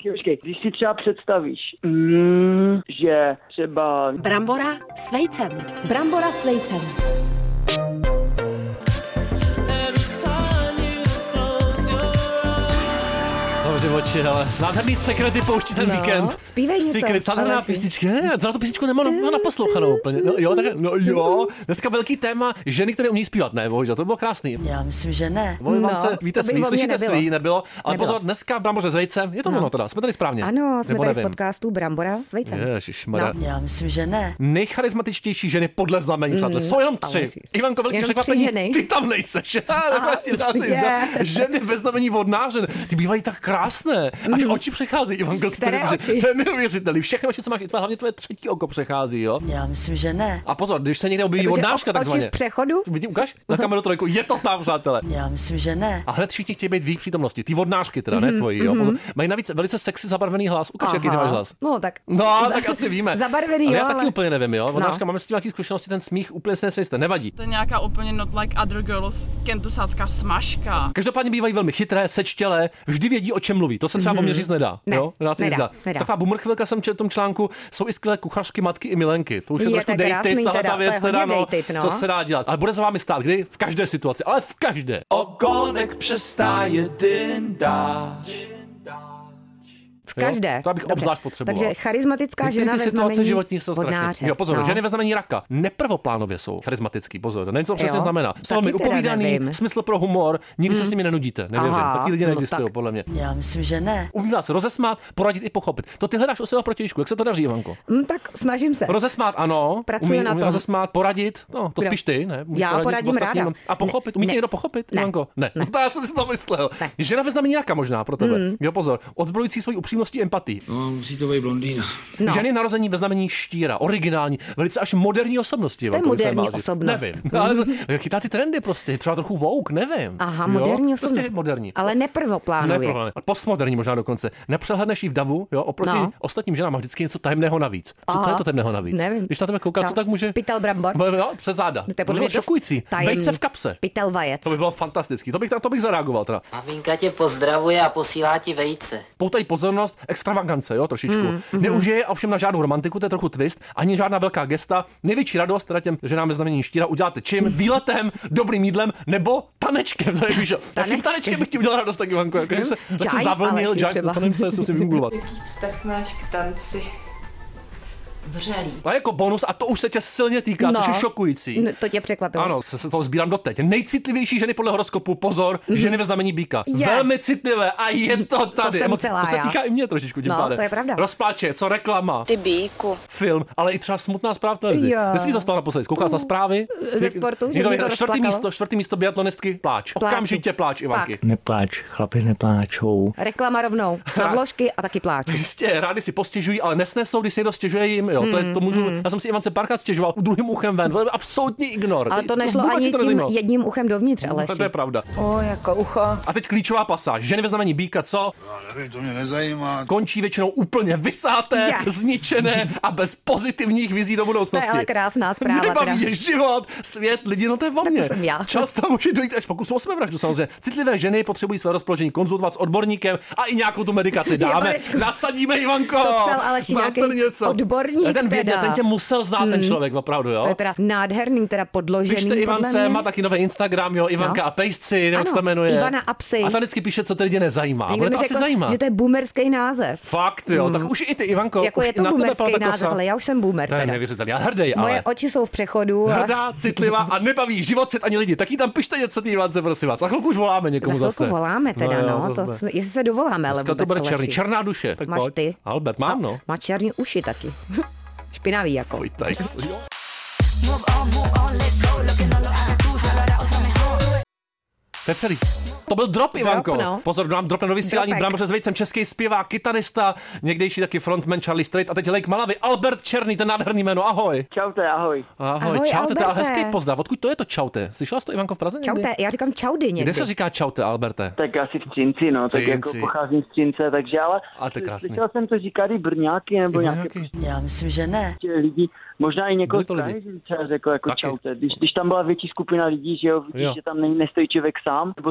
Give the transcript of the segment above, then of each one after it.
Počkej. Když si třeba představíš, že třeba... Brambora s vejcem. Brambora s vejcem. Oči, ale nádherný sekrety pouští ten víkend. Zpívej něco. Secret, nádherná písnička. Za tu písničku nemám naposlouchanou úplně. No jo. Dneska velký téma ženy, které umí zpívat. Ne, bohužel, to bylo krásný. Já myslím, že ne. Víte svý, slyšíte svý, nebylo. Ale pozor, dneska Bramboře s vejcem, je to ono teda, jsme tady správně. Ano, jsme tady v podcastu Brambora s vejcem. Ježišmarja. Já myslím, že ne. Nejcharismatičtější ženy podle znamení, přátelé, jsou jenom 3. Ivanko, velký překvapení, ty tam nejseš. Ženy ve znamení vodnářen, ty bývají tak krásné. Až oči přecházejí, Ivanko, to je neuvěřitelný. Všechno oči, co máš, hlavně tvoje třetí oko přechází, jo? Já myslím, že ne. A pozor, když se někde objeví vodnářka takzvaně. Oči v přechodu? Vidím, ukáž na kameru 3, je to tam, přátelé. Já myslím, že ne. A hned všichni chtějí být v jejich přítomnosti. Ty vodnářky teda, ne tvoji, jo? Pozor. Mají navíc velice sexy zabarvený hlas. Ukáž, jaký ty máš hlas. No tak. Tak asi víme. Zabarvený, ale jo, já taky úplně nevím, jo. Vodnářka, máme s tím nějaký zkušenosti, ten smích úplně se nejste, nevadí. To je nějaká úplně not like other girls, kentusácká smažka. Každopádně bývají velmi chytré, sečtělé, vždy vědí, o čem mluví. To se třeba o mě říct nedá. Nedá. Taková bumrchvilka jsem četl v tom článku, jsou i skvělé kuchařky, matky i milenky. To už je trošku dated, ta věc teda, co se dá dělat. Ale bude za vámi stát, kdy? V každé situaci, ale v každé. Ogonek přestáje dyndáč. V každé. To bych obzvlášť potřeboval. Takže charismatická žena ve znamení vodnáře. Jo, pozor, ženy ve znamení raka neprvoplánově jsou charismatický, pozor, nevím, co přesně znamená. Jsou mi upovídaný, smysl pro humor, nikdy se s nimi nenudíte, nevěřím. Taky lidi neexistují, podle mě. Já myslím, že ne. Umí vás rozesmát, poradit i pochopit. To ty hledáš u svého protějšku, jak se to daří, Ivanko? Tak snažím se. Rozesmát, ano. Pracuji na tom. Rozesmát, poradit, no, to spíš ty, ne? Já poradím ráda. A pochopit, umí někdo pochopit, Ivanko? Ne. To já jsem si to myslel. Žena ve znamení raka možná pro tebe. Jo, pozor, odzbrojující svoji upřímností, empatii. No, musí to být blondýna. Ženy narození ve znamení štíra, originální, velice až moderní osobnosti. To je moderní osobnost. Nevím. Ale chytá ty trendy prostě, třeba trochu woke, nevím. Aha, moderní osobnost. Prostě moderní. Ale neprvoplánově. Postmoderní možná dokonce. Nepřehledneš jí v davu, jo, oproti ostatním ženám máš vždycky něco tajemného navíc. Co to je to tajemného navíc? Nevím. Když na tebe kouká, co tak může? Pytel brambor. Jo, přes záda. To bylo šokující. Vejce v kapse. Pytel vajec. To by bylo fantastický. To bych zareagoval teda. Maminka tě pozdravuje a posílá ti vejce. Poutají pozornost, extravagance, jo, trošičku. Neužije ovšem na žádnou romantiku, to je trochu twist, ani žádná velká gesta. Největší radost teda těm ženám ve znamení štíra uděláte čím? Výletem, dobrým jídlem nebo tanečkem. To je takým tanečkem bych ti udělal radost, tak Ivanko, jako se zavlnil, to nevím, co si vygooglovat. Jaký vztah máš k tanci? Vřelý. A jako bonus, a to už se tě silně týká, což je šokující. To tě překvapilo. Ano, se toho sbírám doteď. Nejcitlivější ženy podle horoskopu, pozor, ženy ve znamení býka. Velmi citlivé a je to tady. To se týká i mě trošičku, tím pádem. To je pravda. Rozpláče, co reklama. Ty býku. Film, ale i třeba smutná zpráva v televizi. Kde jsi dostala naposledy? Koukala na zprávy? Ze sportu, že mě to rozplakalo. Čtvrtý místo biatlonistky, pláč. Okamžitě pláč, Ivanky. Nepláč, chlapi nepláčou. Reklama rovnou. Na vložky a taky pláč. Jistě, rádi si postěžují, ale nesnesou, když se někdo stěžuje jim, jo. To můžu. Já jsem si Ivance párkrát stěžoval druhým uchem ven. To je absolutní ignor. Ale to nešlo ani tím jedním uchem dovnitř, ale to je pravda. Jako ucho. A teď klíčová pasáž. Ženy ve znamení býka, co? Já nevím, to mě nezajímá. Končí většinou úplně vysáté, zničené a bez pozitivních vizí do budoucnosti. To je ale krásná zpráva. Nebaví je život, svět, lidi, no to je o mě. Často může dojít až pokusu o sebevraždu samozřejmě. Citlivé ženy potřebují své rozpoložení konzultovat s odborníkem a i nějakou tu medikaci dáme. Nasadíme, Ivanko. To psal Aleš nějaký odborník. Ten tě musel znát ten člověk, opravdu, jo. To je teda nádherný, teda podložený. Pište Ivance, má taky nový Instagram, jo, Ivanka a pejsci, nebo jak se to jmenuje. Ivana a psy. A ta vždycky píše, co ty lidi nezajímá. Někdo to asi zajímá. Že to je boomerský název. Fakt, jo, tak už i ty, Ivanko. Jako je to boomerský název, ale já už jsem boomer. To je neuvěřitelný, já hrdej, ale. Moje oči jsou v přechodu. Hrdá, citlivá a nebaví život, svět ani lidi. Taky tam pište něco ty Ivance, prosím vás. Za chvilku už voláme někomu zase. Za chvilku voláme teda, no. Jestli se dovoláme, ale vůbec. To bude černá duše. Tak máš ty? Albert, mám, no. Má černý uši taky. Špinavý jako. To je celý. To byl drop, Ivanko. No. Pozor, nám dropne do vysílání Bramboře s vejcem, český zpěvák, kytarista, někdejší taky frontman Charlie Strait a teď Lake Malawi, Albert Černý, ten nádherný jméno, ahoj. Čaute, ahoj. Ahoj, čaute, to je hezký pozdrav. Odkud to je to čaute? Slyšela jsi to, Ivanko, v Praze někdy? Čaute, já říkám čaudy někdy. Kde se říká čaute, Alberte? Tak asi v Třinci, no, tak jako pocházím z Třince, takže ale slyšel jsem to říkat i Brňáky nebo nějaké. Já myslím, že ne. Lidi, možná i někoho třeba řekl jako čaute. Když tam byla větší skupina lidí, že jo, vidíš, že tam nestojí člověk sám, nebo slyšíš,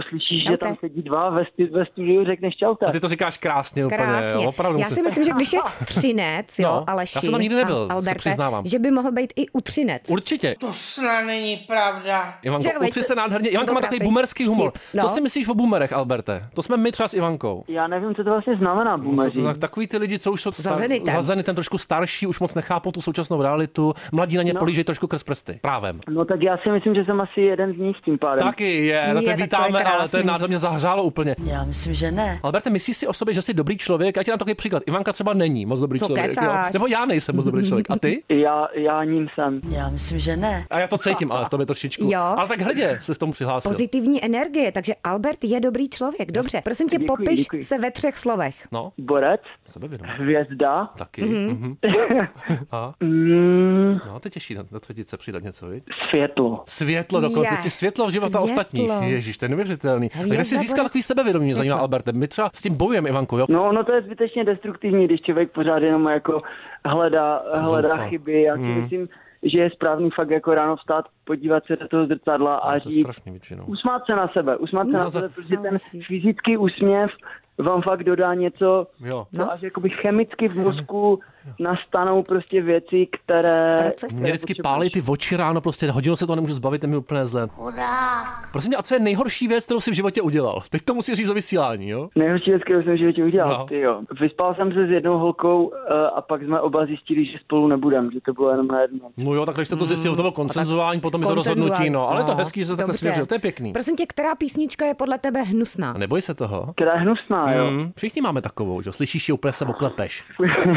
že tam sedí dva ve studiu, řekneš čaute. A ty to říkáš krásně úplně. Krásně. Opravdu já si myslím, že když je Třinec, jo, Aleši, já jsem tam nikdy nebyl, Alberte, přiznávám. že by mohl být i u Třinec. Určitě. To snad není pravda. Ivanko, utři se nádherně. Ivanka má takový boomerský humor. Co si myslíš o boomerech, Alberte? To jsme my třeba s Ivankou. Já nevím, co to vlastně znamená boomeři. Takový ty lidi, co už jsou za Zenitem trošku starší, už moc nechápou tu současnou realitu. Mladí na ně polížejí trošku krz prsty. Právem. No tak já si myslím, že jsem asi jeden z nich tím pádem. Taky je, no to vítáme, ale ten nádher mě zahřálo úplně. Já myslím, že ne. Alberte, myslíš si o sobě, že jsi dobrý člověk? Já ti dám takový příklad. Ivanka třeba není moc dobrý člověk. Jo? Nebo já nejsem moc dobrý člověk. A ty? Já ním jsem. Já myslím, že ne. A já to cítím, ale to by trošičku. Jo. Ale tak hrdě se s tomu přihlásil. Pozitivní energie, takže Albert je dobrý člověk. Dobře, prosím tě, popiš se ve 3 slovech. No. Borec. Sebevědomý. Hvězda. Taky. A? No, to těší na tvrdit přidat něco, viď? Světlo dokonce. Jsi světlo v života ostatních. Ježíš, to je neuvěřitelný. A kde jsi získal takový sebevědomí, mě zajímá, Alberte. My třeba s tím bojujeme, Ivanko, jo? No, to je zbytečně destruktivní, když člověk pořád jenom jako hledá chyby. Já si myslím, že je správný fakt jako ráno vstát, podívat se do toho zrcadla a říct, usmát se na sebe, protože ten fyzický úsměv vám fakt dodá něco, co až jakoby chemicky v mozku nastanou prostě věci, které... Mě vždycky pálí ty oči ráno, prostě hodinu se to nemůžu zbavit, je mi úplně zle. Prosím mě, a co je nejhorší věc, kterou jsi v životě udělal? Teď to musí říct o vysílání, jo? Nejhorší věc, kterou jsem v životě udělal, ty jo. Vyspal jsem se s jednou holkou a pak jsme oba zjistili, že spolu nebudeme, že to bylo jenom na jedno. No jo, tak když jste to zjistili, to bylo konsenzuální, potom je to rozhodnutí, no, ale to hezký, že se takhle svěřil, to je pěkný. Prosím tě, která písnička je podle tebe hnusná? A neboj se toho. Která je hnusná, jo. Všichni máme takovou, že slyšíš ji, úplně se oklepeš.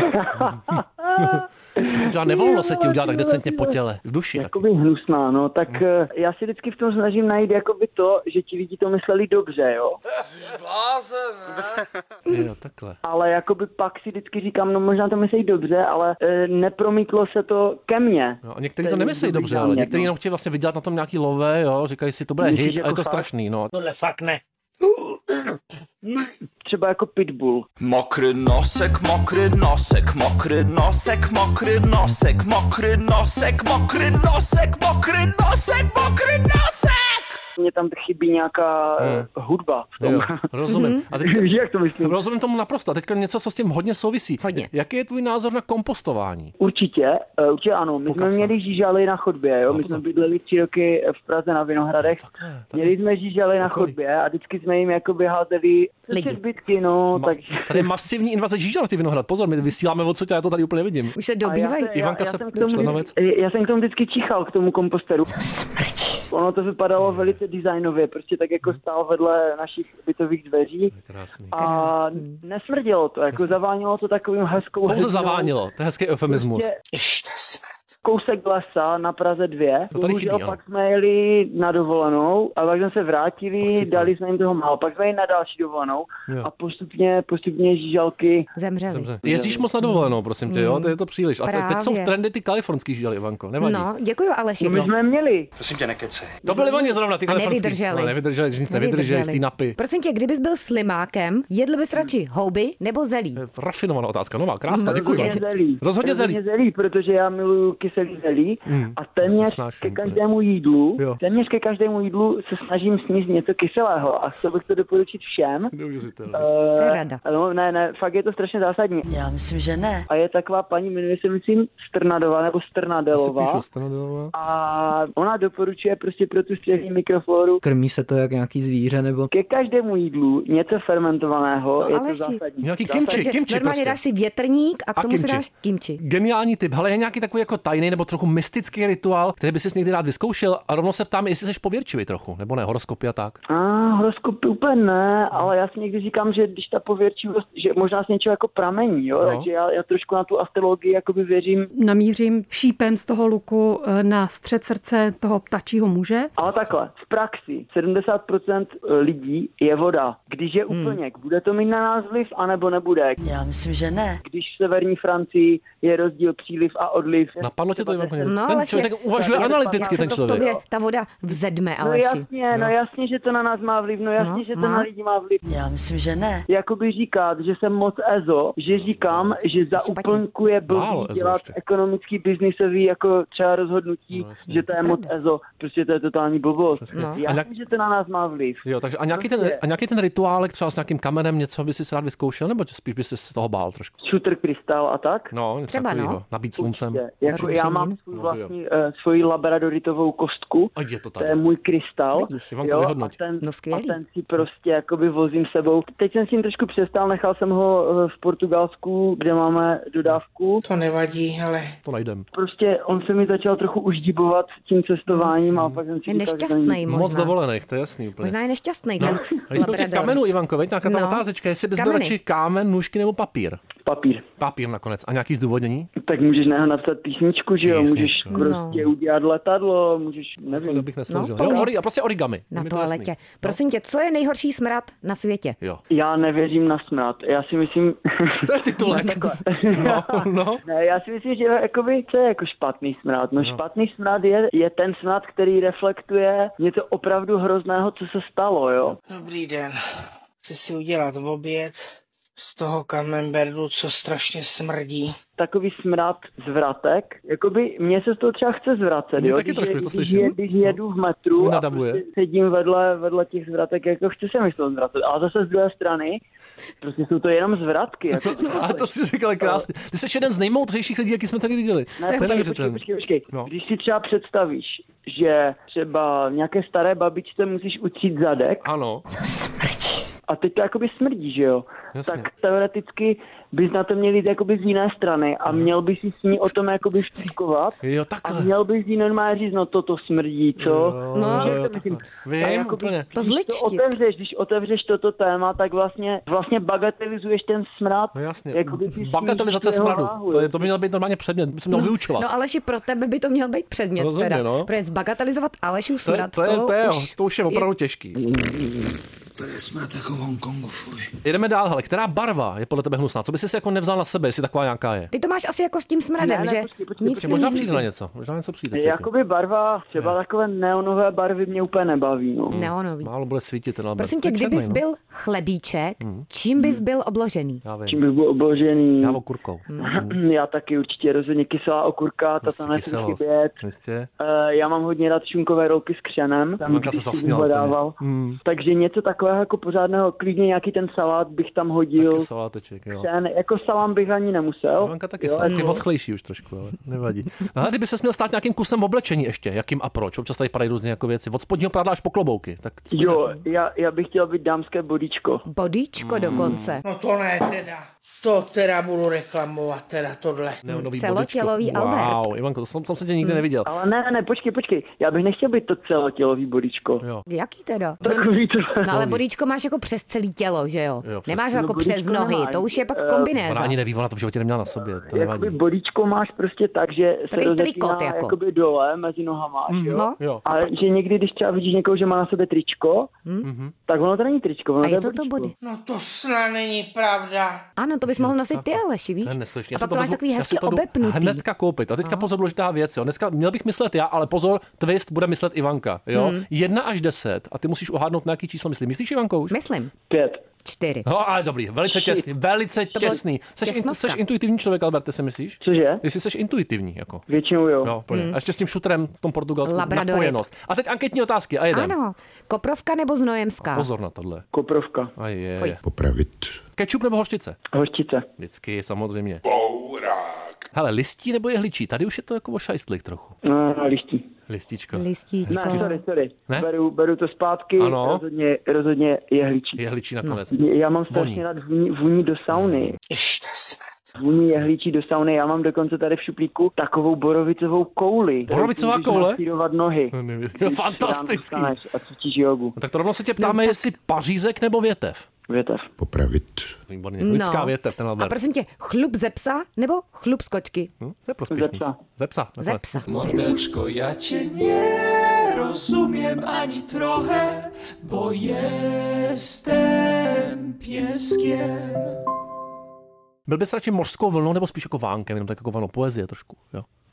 Myslím, že nevolno se ti udělat tak decentně po těle, v duši. Jakoby hnusná, no, tak já si vždycky v tom snažím najít jakoby to, že ti lidi to mysleli dobře, jo. Jsi blázen, Jo, takhle. Ale jakoby pak si vždycky říkám, no možná to myslí dobře, ale nepromítlo se to ke mně. No, a někteří to nemyslí dobře, ale někteří jenom chtějí vlastně vydělat na tom nějaký lové, jo, říkají si, to bude hit a je to strašný, no. Tohle fakt ne. Třeba jako Pitbull. Mokrý nosek, mokrý nosek, mokrý nosek, mokrý nosek, mokrý nosek, mokrý nosek, mokrý nosek, mokrý nosek. Mně tam chybí nějaká hudba. Jo, rozumím. A teďka, jak to myslím? Rozumím tomu naprosto. A teďka něco, co s tím hodně souvisí. Hodně. Jaký je tvůj názor na kompostování? Určitě ano. My jsme měli žížaly na chodbě, jo. My jsme bydleli 3 roky v Praze na Vinohradech. Měli jsme žížaly na chodbě a vždycky jsme jim jakoby házeli zbytky, no. Takže... Tady je masivní invaze žížal na ty Vinohrad. Pozor, my vysíláme odsud, já to tady úplně vidím. Už se dobývají. Ivanka se já jsem k tomu vždycky čichal, k tomu komposteru. Ono to vypadalo velice designově, prostě tak jako stál vedle našich bytových dveří. A nesmrdělo to, jako zavánilo to takovým hezkou... Pouze zavánilo, to je hezký eufemismus. Ještě kousek lesa na Praze 2. Bohužel pak jsme jeli na dovolenou a pak jsme se vrátili, dali jsme jim toho málo. Pak jsme jeli na další dovolenou a postupně žížalky zemřely. Jezdíš moc na dovolenou, prosím tě, jo? To je to příliš. A teď jsou v trendy ty kalifornský žížaly, Ivanko, nevadí. No, děkuji Aleši. No, my jsme měli. Prosím tě, nekecej. To byli oni zrovna, ty kalifornský. Nevydrželi. Že nic nevydrželi z té napy. Prosím tě, kdybys byl slimákem, jedl bys radši houby nebo zelí? Rafinovaná otázka, nová, krásná, děkuji. Rozhodně zelí, protože já miluju kyselý zelí a téměř ke každému jídlu se snažím sníst něco kyselého a chtěl bych to doporučit všem. To je rada. No, ne, fakt je to strašně zásadní. Já myslím, že ne. A je taková paní, jmenuje se myslím Strnadová nebo Strnadelová. A ona doporučuje prostě pro tu střevní mikroflóru. Krmí se to jak nějaký zvíře nebo? Ke každému jídlu něco fermentovaného, je to zásadní. Nějaký kimči normálně prostě. Dáš si větrník a k tomu si dáš kimči. Geniální tip. Hele, je nějaký takový jako tajný nebo trochu mystický rituál, který by si někdy rád vyzkoušel a rovno se ptám, jestli jsi pověrčivý trochu, nebo ne, horoskopy a tak. Horoskopy úplně ne, ale já si někdy říkám, že když ta pověrčivost, že možná z něčeho jako pramení, jo, takže já trošku na tu astrologii jakoby věřím. Namířím šípem z toho luku na střed srdce toho ptačího muže. Ale takhle, v praxi 70% lidí je voda. Když je úplněk, bude to mít na nás vliv, anebo nebude? Já myslím, že ne. Když v severní Francii je rozdíl příliv a odliv. napadlo tě to, Ivanko? No, ten člověk tak uvažuje analyticky, ten člověk. Tobě ta voda vzedme, Aleši. No jasně, že to na nás má vliv, že to na lidi má vliv. Já myslím, že ne. Jakoby říkat, že jsem moc ezo, že říkám, že za úplnku je blbý dělat ekonomický, biznisový jako třeba rozhodnutí, že to je moc ezo. Prostě to je totální blbost. Jasně, že to na nás má vliv. Jo, takže a nějaký ten rituálek třeba s nějakým kamenem, něco by si rád vyzkoušel, nebo spíš by si z toho bál trošku? Shooter krystal a tak? No, něco takového. Nabít sluncem. Jako já mám svoji labradoritovou kostku. A je to je můj krystal. A ten si prostě jakoby vozím sebou. Teď jsem s tím trošku přestal, nechal jsem ho v Portugalsku, kde máme dodávku. To nevadí, ale... To najdem. Prostě on se mi začal trochu uždibovat tím cestováním a pak jsem si je nešťastný možná. Moc dovolených, to je jasný úplně. Možná je nešťastný ten Když jsme u těch kamenů, Ivanko, nějaká ta otázečka, jestli bys byl radši kámen, nůžky nebo papír? Papír. Papír nakonec. A nějaký zdůvodnění? Tak můžeš napsat písničku, že jo? Můžeš prostě udělat letadlo, můžeš, nevím. To bych nesloužil. A prostě origami. Na toaletě. Prosím tě, co je nejhorší smrad na světě? Jo. Já nevěřím na smrad. Já si myslím... To je titulek. No. Ne, já si myslím, že jakoby, co je jako špatný smrad? No špatný smrad je ten smrad, který reflektuje něco opravdu hrozného, co se stalo, jo? Dobrý den. Chci si udělat oběd z toho camembertu, co strašně smrdí. Takový smrad z vratek. Jakoby mně se z toho třeba chce zvracet, jo? Když jedu v metru a prostě sedím vedle těch zvratek, jako chci se mi z toho zvracet. Ale zase z druhé strany, prostě jsou to jenom zvratky. Jako, a to si říkal krásně. Ty jsi jeden z nejmoudřejších lidí, jaký jsme tady viděli. Ne, počkej. No. Když si třeba představíš, že třeba nějaké staré babičce musíš utřít zadek. Ano. To smrdí. A teď to jakoby smrdí, že jo? Jasně. Tak teoreticky bys na to měl jít jakoby z jiné strany a měl bys si s ní o tom jakoby špíkovat. Jo, takhle. A měl bys jí normálně říct, no toto smrdí, co? Jo, vím, úplně. To zličti. Když otevřeš toto téma, tak vlastně bagatelizuješ ten smrad. No jasně, bagatelizace smradu. To by měl být normálně předmět, by se měl vyučovat. No Aleši, pro tebe by to měl být předmět. Rozhodně, teda. No. Protože zbagatelizovat Alešiův smrad, to už je opravdu těžký. Tady je smrad jako v Hongkongu, fuj. Jedeme dál, hele, která barva je podle tebe hnusná? Co by si jako nevzal na sebe, jestli taková nějaká je? Ty to máš asi jako s tím smradem, že? Počkej, možná přijde na něco, přijde. Jakoby barva, třeba takové neonové barvy mě úplně nebaví, no. Neonový. Málo bude svítit ten Albert. Prosím tě, kdybys byl chlebíček, čím bys byl obložený? Čím bych byl obložený? Já okurkou. Já taky určitě rozhodně kyselá okurka, ta tam nesmí chybět. Já mám hodně rád šunkové rolky s křenem, tam když si vyhledával. Takže něco takového jako pořádného, klidně nějaký ten salát bych tam hodil. Taky saláteček, jo. Jako salám bych ani nemusel. Ivanka taky salát, je voschlejší už trošku, ale nevadí. No a kdyby se směl stát nějakým kusem v oblečení ještě, jakým a proč? Občas tady padají různé jako věci. Od spodního prádla až po klobouky. Tak jo, já bych chtěl být dámské bodíčko. Bodíčko dokonce. No to ne teda. To teda budu reklamovat, teda tohle. Celotělový Albert. Wow, Ivanko, to jsem se tě nikdy neviděl. Ale ne, počkej. Já bych nechtěl být to celotělový bodíčko. Jo. Jaký teda? Takový to. No ale bodíčko máš jako přes celé tělo, že jo? Nemáš jako přes nohy, to už je pak kombinéza. Ona ani neví, ona to v životě neměla na sobě, to nevadí. Jakoby bodíčko máš prostě tak, že se rozepíná jakoby dole mezi nohama, jo? No. Ale že někdy, když třeba vidíš někoho, že má na sobě tričko, tak ono to není tričko, ono a je to body. No to snad není pravda. Ano, to bys mohl nosit ty, Aleši, víš? A pak to máš takový hezky obepnutý. Hnedka koupit. A teďka pozor, důležitá věc, jo. Dneska měl bych myslet já, ale pozor, twist bude myslet Ivanka, jo. 1 až 10 a ty musíš uhádnout, na jaký číslo myslíš. Myslíš, Ivanko, už? Myslím. 5. 4. No, ale dobrý, velice těsný. Jsi intuitivní člověk, Alberte, si myslíš? Cože? Jestli jsi intuitivní, jako. Většinou jo. Jo, a ještě s tím šutrem v tom Portugalsku napojenost. A teď anketní otázky a jedem. Ano, Koprovka nebo Znojemská? Pozor na tohle. Koprovka. A je. Popravit. Kečup nebo hořčice? Hořčice. Vždycky, samozřejmě. Bourák. Hele, listí nebo jehličí? Tady už je to jako o šajstlik trochu. Listí. Lističko. Ne, sorry. Ne? Beru to zpátky, rozhodně jehličí. Jehličí nakonec. Já mám strašně rád vůni do sauny. Ještě smrt. Vůni jehličí do sauny, já mám dokonce tady v šuplíku takovou borovicovou kouli. Borovicová koule? Masírovat nohy. Fantastický. A cítíš jogu. No, tak to rovnou se tě ptáme, jestli pařízek nebo větev. Větev. Popravit. Výborně, lidská větev, ten Albert. A prosím tě, chlup ze psa nebo chlup z kočky? To je prospěšný. Ze psa. Mordečko, já tě nerozumím ani trochę, bo jestem pieskiem. Byl bys radši mořskou vlnou nebo spíš jako vánkem, jenom tak jako vlnou poezie trošku, jo?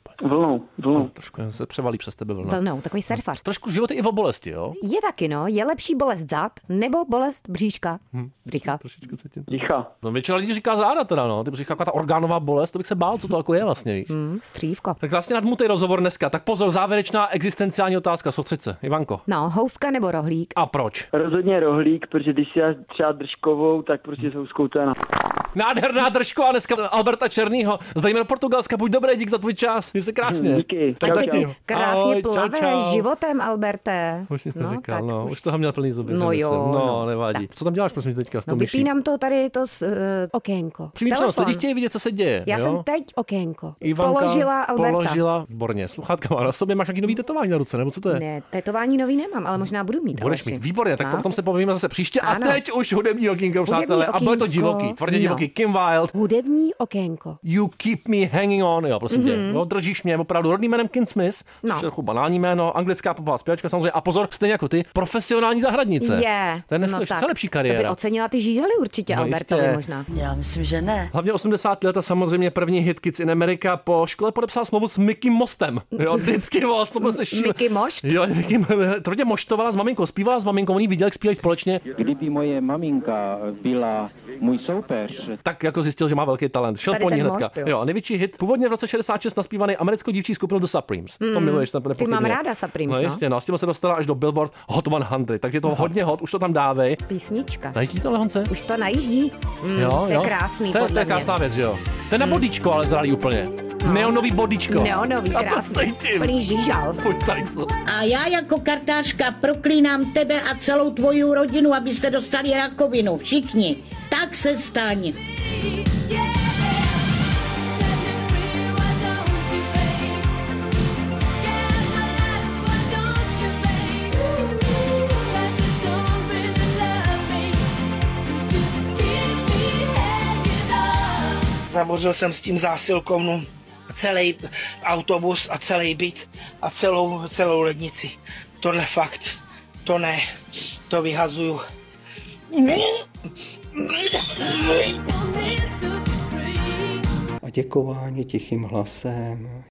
Vlnou. Trošku se převalí přes tebe vlna. Vlnou, takový surfař. Trošku život je i o bolesti, jo? Je taky, no. Je lepší bolest zad nebo bolest bříška? Břicha. Trošičku cítím. Břicha. No, většina lidí říká záda teda, no. Ty břicha, jako ta orgánová bolest, to bych se bál, co to jako je vlastně, víš. Střívko. Tak vlastně nadmutej rozhovor dneska. Tak pozor, závěrečná existenciální otázka, soustřeď se. Ivanko. No, houska nebo rohlík? A proč? Rozhodně rohlík, protože když si já třeba držkovou, tak prostě s houskou to je Nádherná držko a dneska Alberta Černýho. Zdravíme do Portugalska, buď dobrý, dík za tvůj čas. Měj se krásně. Díky. Tak se ti krásně Ahoj, plave čau. životem, Alberte. Už jsi to říkal, no. Už toho měl plný zuby. No jo. No, nevadí. Co tam děláš, prosím, teďka s tou myší? Vypínám to tady, to okénko. Přímý přenos, lidi chtějí vidět, co se děje. Já jo? jsem teď okénko. Ivanka Položila Alberta. Výborně. Sluchátka má na sobě, máš nějaký nový tetování na ruce, nebo co to je? Ne, tetování nový nemám, ale možná budu mít. Budeš mít, výborně, tak to v tom se povíme zase příště. Ano. A teď už hudební okýnko, přátelé. A bude to divoký, tvrdě divoký. Kim Wilde. Hudební okénko. You keep me hanging on, jo, prosím tě. Jo, držíš mě, opravdu rodným jménem Kim Smith, což je trochu banální jméno, anglická popová zpěvačka samozřejmě. A pozor, stejně jako ty, profesionální zahradnice. Je. To je neskutečně lepší To kariéra. by ocenila ty žížaly určitě, No, Albertovi jistě. možná. Já myslím, že ne. Hlavně 80 let a samozřejmě první hit Kids in America. Po škole podepsal smlouvu s Mickey Mostem. Jo, vždycky most, to byl se šíle. Mickey Most? Jo, tvrdě moštovala s maminkou, zpívala s maminkou, oni viděli, jak zpívají společně. Kdyby moje maminka byla můj soupeř, Tak jako zjistil, že má velký talent. Šel Tady po ní ten hnedka. most, jo. Jo, největší hit. Původně v roce 66 naspívaný americkou dívčí skupinou The Supremes. To miluješ, tam nepochybně. Ty mám ráda Supremes, No jistě, no. S tím se dostala až do Billboard Hot 100. Takže to hodně hot, už to tam dávej. Písnička. Najíždí to Lehonce? Už to najíždí. Jo, To je krásný, to je podle mě. krásná věc, že jo. To je na bodíčko, ale zralý úplně. Neonový bodíčko. Neonový, Já to krásný. cítím. Plný žížal. Fuj, tak se. A já jako kartářka proklínám tebe a celou tvoji rodinu, abyste dostali rakovinu. Všichni. Tak se staň. Zabořil jsem s tím zásilkovnu celý autobus a celý byt a celou lednici. Tohle fakt, to ne, to vyhazuju. A děkování tichým hlasem.